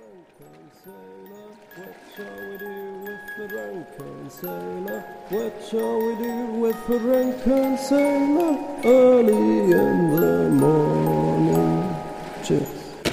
Drunken sailor, what shall we do with the drunken sailor? What shall we do with the drunken sailor? Early in the morning. Tschüss.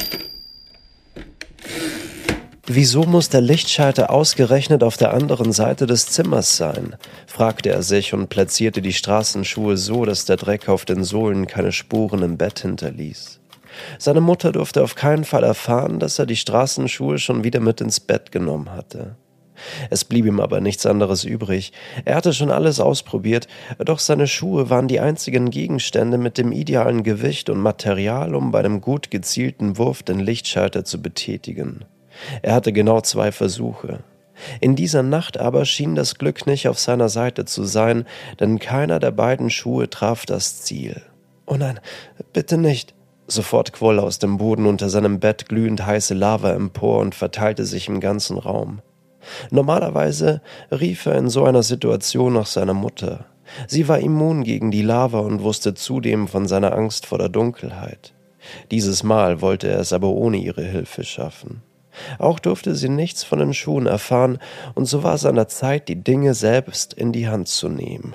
Wieso muss der Lichtschalter ausgerechnet auf der anderen Seite des Zimmers sein? Fragte er sich und platzierte die Straßenschuhe so, dass der Dreck auf den Sohlen keine Spuren im Bett hinterließ. Seine Mutter durfte auf keinen Fall erfahren, dass er die Straßenschuhe schon wieder mit ins Bett genommen hatte. Es blieb ihm aber nichts anderes übrig. Er hatte schon alles ausprobiert, doch seine Schuhe waren die einzigen Gegenstände mit dem idealen Gewicht und Material, um bei einem gut gezielten Wurf den Lichtschalter zu betätigen. Er hatte genau 2 Versuche. In dieser Nacht aber schien das Glück nicht auf seiner Seite zu sein, denn keiner der beiden Schuhe traf das Ziel. »Oh nein, bitte nicht!« Sofort quoll aus dem Boden unter seinem Bett glühend heiße Lava empor und verteilte sich im ganzen Raum. Normalerweise rief er in so einer Situation nach seiner Mutter. Sie war immun gegen die Lava und wusste zudem von seiner Angst vor der Dunkelheit. Dieses Mal wollte er es aber ohne ihre Hilfe schaffen. Auch durfte sie nichts von den Schuhen erfahren, und so war es an der Zeit, die Dinge selbst in die Hand zu nehmen.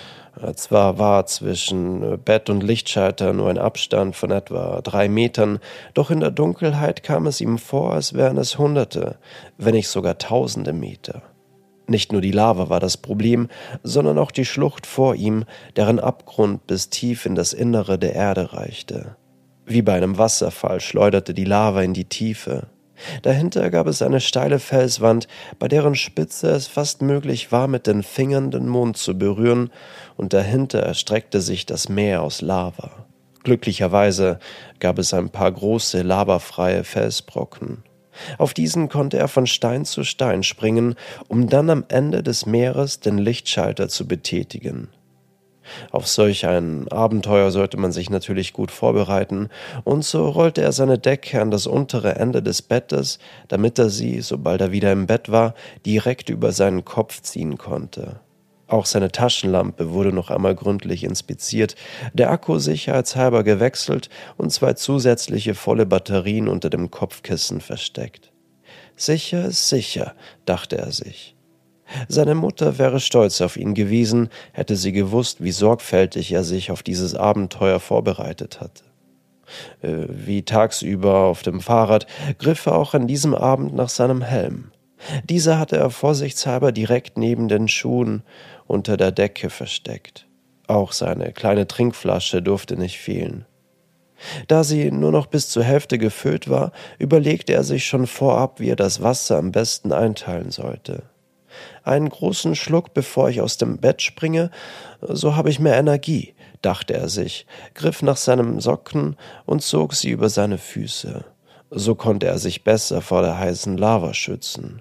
Zwar war zwischen Bett und Lichtschalter nur ein Abstand von etwa 3 Metern, doch in der Dunkelheit kam es ihm vor, als wären es Hunderte, wenn nicht sogar Tausende Meter. Nicht nur die Lava war das Problem, sondern auch die Schlucht vor ihm, deren Abgrund bis tief in das Innere der Erde reichte. Wie bei einem Wasserfall schleuderte die Lava in die Tiefe. Dahinter gab es eine steile Felswand, bei deren Spitze es fast möglich war, mit den Fingern den Mond zu berühren, und dahinter erstreckte sich das Meer aus Lava. Glücklicherweise gab es ein paar große, lavafreie Felsbrocken. Auf diesen konnte er von Stein zu Stein springen, um dann am Ende des Meeres den Lichtschalter zu betätigen. Auf solch ein Abenteuer sollte man sich natürlich gut vorbereiten, und so rollte er seine Decke an das untere Ende des Bettes, damit er sie, sobald er wieder im Bett war, direkt über seinen Kopf ziehen konnte. Auch seine Taschenlampe wurde noch einmal gründlich inspiziert, der Akku sicherheitshalber gewechselt und 2 zusätzliche volle Batterien unter dem Kopfkissen versteckt. Sicher ist sicher, dachte er sich. Seine Mutter wäre stolz auf ihn gewesen, hätte sie gewusst, wie sorgfältig er sich auf dieses Abenteuer vorbereitet hatte. Wie tagsüber auf dem Fahrrad griff er auch an diesem Abend nach seinem Helm. Dieser hatte er vorsichtshalber direkt neben den Schuhen unter der Decke versteckt. Auch seine kleine Trinkflasche durfte nicht fehlen. Da sie nur noch bis zur Hälfte gefüllt war, überlegte er sich schon vorab, wie er das Wasser am besten einteilen sollte. Einen großen Schluck, bevor ich aus dem Bett springe, so habe ich mehr Energie, dachte er sich, griff nach seinen Socken und zog sie über seine Füße. So konnte er sich besser vor der heißen Lava schützen.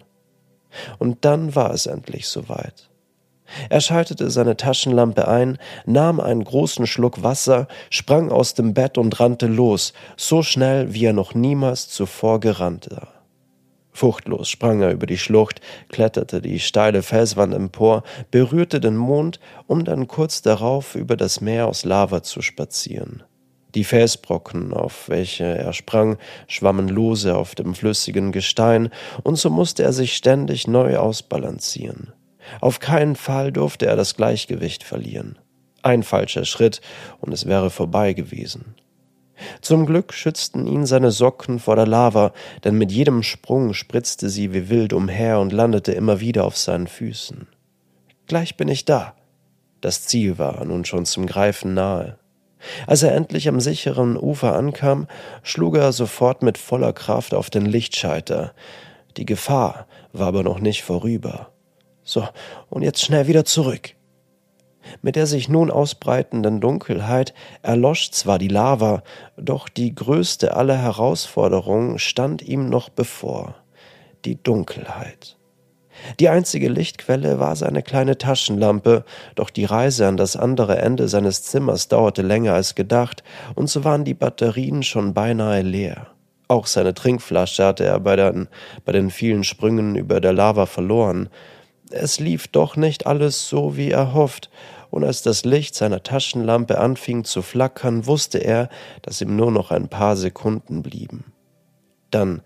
Und dann war es endlich soweit. Er schaltete seine Taschenlampe ein, nahm einen großen Schluck Wasser, sprang aus dem Bett und rannte los, so schnell, wie er noch niemals zuvor gerannt war. Furchtlos sprang er über die Schlucht, kletterte die steile Felswand empor, berührte den Mond, um dann kurz darauf über das Meer aus Lava zu spazieren. Die Felsbrocken, auf welche er sprang, schwammen lose auf dem flüssigen Gestein, und so musste er sich ständig neu ausbalancieren. Auf keinen Fall durfte er das Gleichgewicht verlieren. Ein falscher Schritt, und es wäre vorbei gewesen. Zum Glück schützten ihn seine Socken vor der Lava, denn mit jedem Sprung spritzte sie wie wild umher und landete immer wieder auf seinen Füßen. Gleich bin ich da. Das Ziel war nun schon zum Greifen nahe. Als er endlich am sicheren Ufer ankam, schlug er sofort mit voller Kraft auf den Lichtschalter. Die Gefahr war aber noch nicht vorüber. So, und jetzt schnell wieder zurück. Mit der sich nun ausbreitenden Dunkelheit erlosch zwar die Lava, doch die größte aller Herausforderungen stand ihm noch bevor: die Dunkelheit. Die einzige Lichtquelle war seine kleine Taschenlampe, doch die Reise an das andere Ende seines Zimmers dauerte länger als gedacht, und so waren die Batterien schon beinahe leer. Auch seine Trinkflasche hatte er bei den vielen Sprüngen über der Lava verloren. Es lief doch nicht alles so, wie erhofft, und als das Licht seiner Taschenlampe anfing zu flackern, wusste er, dass ihm nur noch ein paar Sekunden blieben. Dann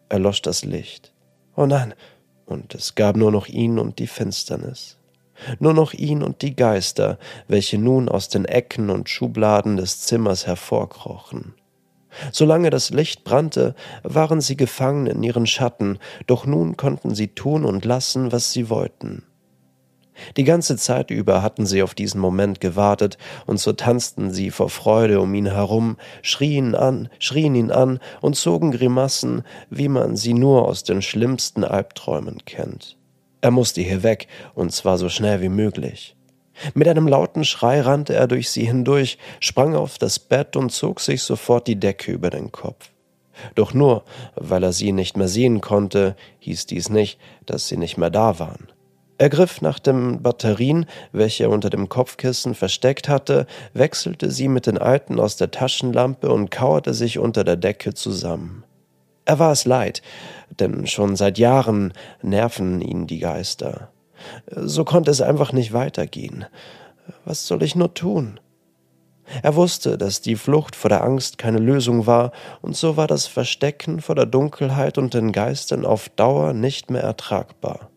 erlosch das Licht. Oh nein, und es gab nur noch ihn und die Finsternis. Nur noch ihn und die Geister, welche nun aus den Ecken und Schubladen des Zimmers hervorkrochen. Solange das Licht brannte, waren sie gefangen in ihren Schatten, doch nun konnten sie tun und lassen, was sie wollten. Die ganze Zeit über hatten sie auf diesen Moment gewartet, und so tanzten sie vor Freude um ihn herum, schrien ihn an und zogen Grimassen, wie man sie nur aus den schlimmsten Albträumen kennt. Er musste hier weg, und zwar so schnell wie möglich. Mit einem lauten Schrei rannte er durch sie hindurch, sprang auf das Bett und zog sich sofort die Decke über den Kopf. Doch nur, weil er sie nicht mehr sehen konnte, hieß dies nicht, dass sie nicht mehr da waren. Er griff nach den Batterien, welche er unter dem Kopfkissen versteckt hatte, wechselte sie mit den alten aus der Taschenlampe und kauerte sich unter der Decke zusammen. Er war es leid, denn schon seit Jahren nerven ihn die Geister. So konnte es einfach nicht weitergehen. Was soll ich nur tun? Er wusste, dass die Flucht vor der Angst keine Lösung war, und so war das Verstecken vor der Dunkelheit und den Geistern auf Dauer nicht mehr ertragbar.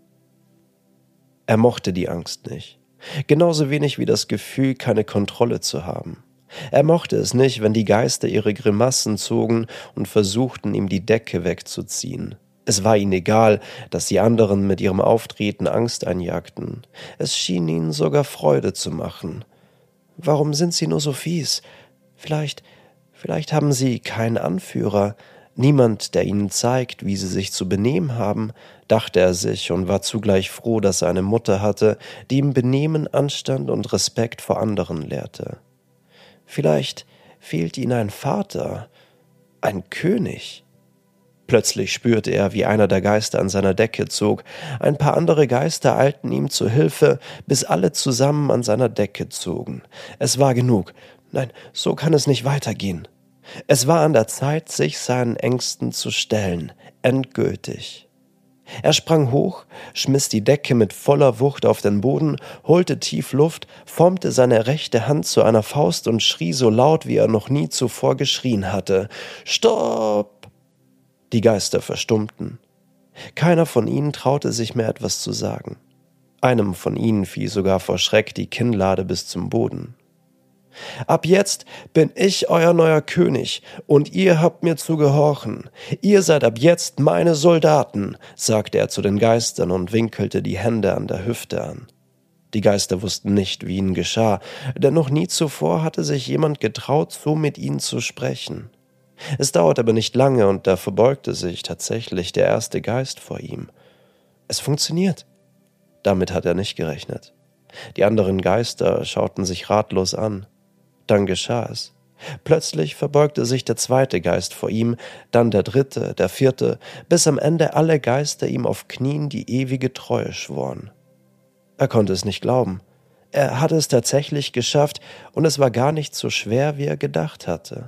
Er mochte die Angst nicht, genauso wenig wie das Gefühl, keine Kontrolle zu haben. Er mochte es nicht, wenn die Geister ihre Grimassen zogen und versuchten, ihm die Decke wegzuziehen. Es war ihnen egal, dass die anderen mit ihrem Auftreten Angst einjagten. Es schien ihnen sogar Freude zu machen. Warum sind sie nur so fies? Vielleicht haben sie keinen Anführer, niemand, der ihnen zeigt, wie sie sich zu benehmen haben, dachte er sich und war zugleich froh, dass er eine Mutter hatte, die ihm Benehmen, Anstand und Respekt vor anderen lehrte. Vielleicht fehlt ihnen ein Vater, ein König. Plötzlich spürte er, wie einer der Geister an seiner Decke zog. Ein paar andere Geister eilten ihm zu Hilfe, bis alle zusammen an seiner Decke zogen. Es war genug. Nein, so kann es nicht weitergehen. Es war an der Zeit, sich seinen Ängsten zu stellen, endgültig. Er sprang hoch, schmiss die Decke mit voller Wucht auf den Boden, holte tief Luft, formte seine rechte Hand zu einer Faust und schrie so laut, wie er noch nie zuvor geschrien hatte. »Stopp!« Die Geister verstummten. Keiner von ihnen traute sich mehr etwas zu sagen. Einem von ihnen fiel sogar vor Schreck die Kinnlade bis zum Boden. »Ab jetzt bin ich euer neuer König, und ihr habt mir zu gehorchen. Ihr seid ab jetzt meine Soldaten«, sagte er zu den Geistern und winkelte die Hände an der Hüfte an. Die Geister wussten nicht, wie ihnen geschah, denn noch nie zuvor hatte sich jemand getraut, so mit ihnen zu sprechen. Es dauerte aber nicht lange, und da verbeugte sich tatsächlich der erste Geist vor ihm. Es funktioniert. Damit hat er nicht gerechnet. Die anderen Geister schauten sich ratlos an. Dann geschah es. Plötzlich verbeugte sich der zweite Geist vor ihm, dann der dritte, der vierte, bis am Ende alle Geister ihm auf Knien die ewige Treue schworen. Er konnte es nicht glauben. Er hatte es tatsächlich geschafft, und es war gar nicht so schwer, wie er gedacht hatte.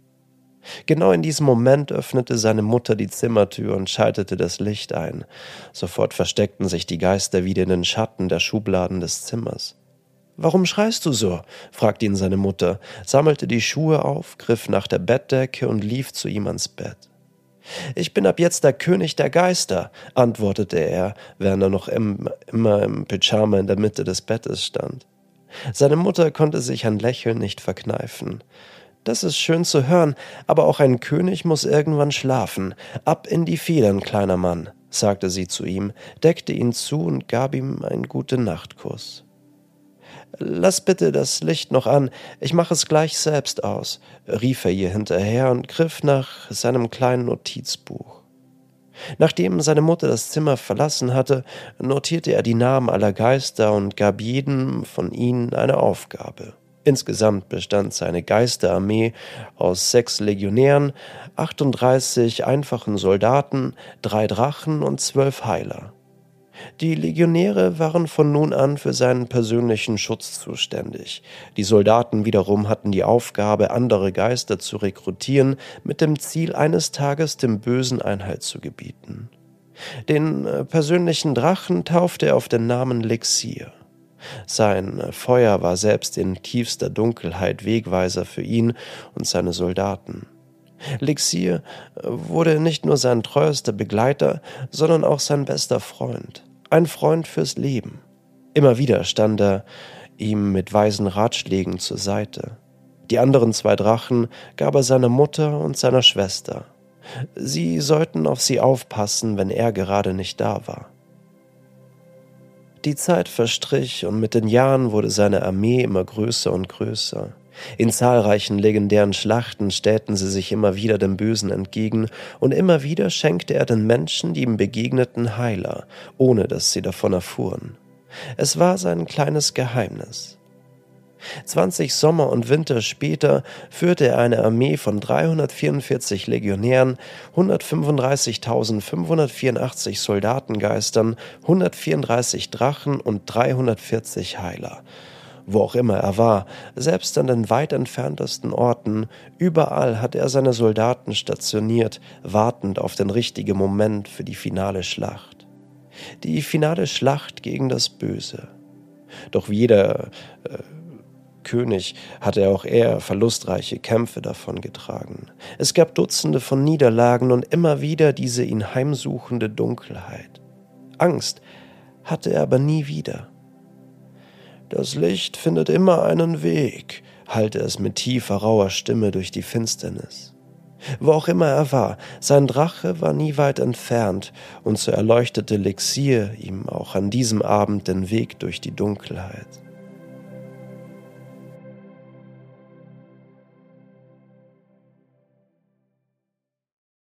Genau in diesem Moment öffnete seine Mutter die Zimmertür und schaltete das Licht ein. Sofort versteckten sich die Geister wieder in den Schatten der Schubladen des Zimmers. »Warum schreist du so?« fragte ihn seine Mutter, sammelte die Schuhe auf, griff nach der Bettdecke und lief zu ihm ans Bett. »Ich bin ab jetzt der König der Geister«, antwortete er, während er noch immer im Pyjama in der Mitte des Bettes stand. Seine Mutter konnte sich ein Lächeln nicht verkneifen. »Das ist schön zu hören, aber auch ein König muss irgendwann schlafen. Ab in die Federn, kleiner Mann«, sagte sie zu ihm, deckte ihn zu und gab ihm einen Gute-Nacht-Kuss. »Lass bitte das Licht noch an, ich mache es gleich selbst aus«, rief er ihr hinterher und griff nach seinem kleinen Notizbuch. Nachdem seine Mutter das Zimmer verlassen hatte, notierte er die Namen aller Geister und gab jedem von ihnen eine Aufgabe. Insgesamt bestand seine Geisterarmee aus 6 Legionären, 38 einfachen Soldaten, 3 Drachen und 12 Heiler. Die Legionäre waren von nun an für seinen persönlichen Schutz zuständig. Die Soldaten wiederum hatten die Aufgabe, andere Geister zu rekrutieren, mit dem Ziel, eines Tages dem Bösen Einhalt zu gebieten. Den persönlichen Drachen taufte er auf den Namen Lexir. Sein Feuer war selbst in tiefster Dunkelheit Wegweiser für ihn und seine Soldaten. Lixir wurde nicht nur sein treuester Begleiter, sondern auch sein bester Freund, ein Freund fürs Leben. Immer wieder stand er ihm mit weisen Ratschlägen zur Seite. Die anderen 2 Drachen gab er seiner Mutter und seiner Schwester. Sie sollten auf sie aufpassen, wenn er gerade nicht da war. Die Zeit verstrich und mit den Jahren wurde seine Armee immer größer und größer. In zahlreichen legendären Schlachten stellten sie sich immer wieder dem Bösen entgegen und immer wieder schenkte er den Menschen, die ihm begegneten, Heiler, ohne dass sie davon erfuhren. Es war sein kleines Geheimnis. 20 Sommer und Winter später führte er eine Armee von 344 Legionären, 135.584 Soldatengeistern, 134 Drachen und 340 Heiler. Wo auch immer er war, selbst an den weit entferntesten Orten, überall hatte er seine Soldaten stationiert, wartend auf den richtigen Moment für die finale Schlacht. Die finale Schlacht gegen das Böse. Doch wie jeder König hatte auch er verlustreiche Kämpfe davongetragen. Es gab Dutzende von Niederlagen und immer wieder diese ihn heimsuchende Dunkelheit. Angst hatte er aber nie wieder. »Das Licht findet immer einen Weg«, hallte es mit tiefer, rauer Stimme durch die Finsternis. Wo auch immer er war, sein Drache war nie weit entfernt, und so erleuchtete Lixir ihm auch an diesem Abend den Weg durch die Dunkelheit.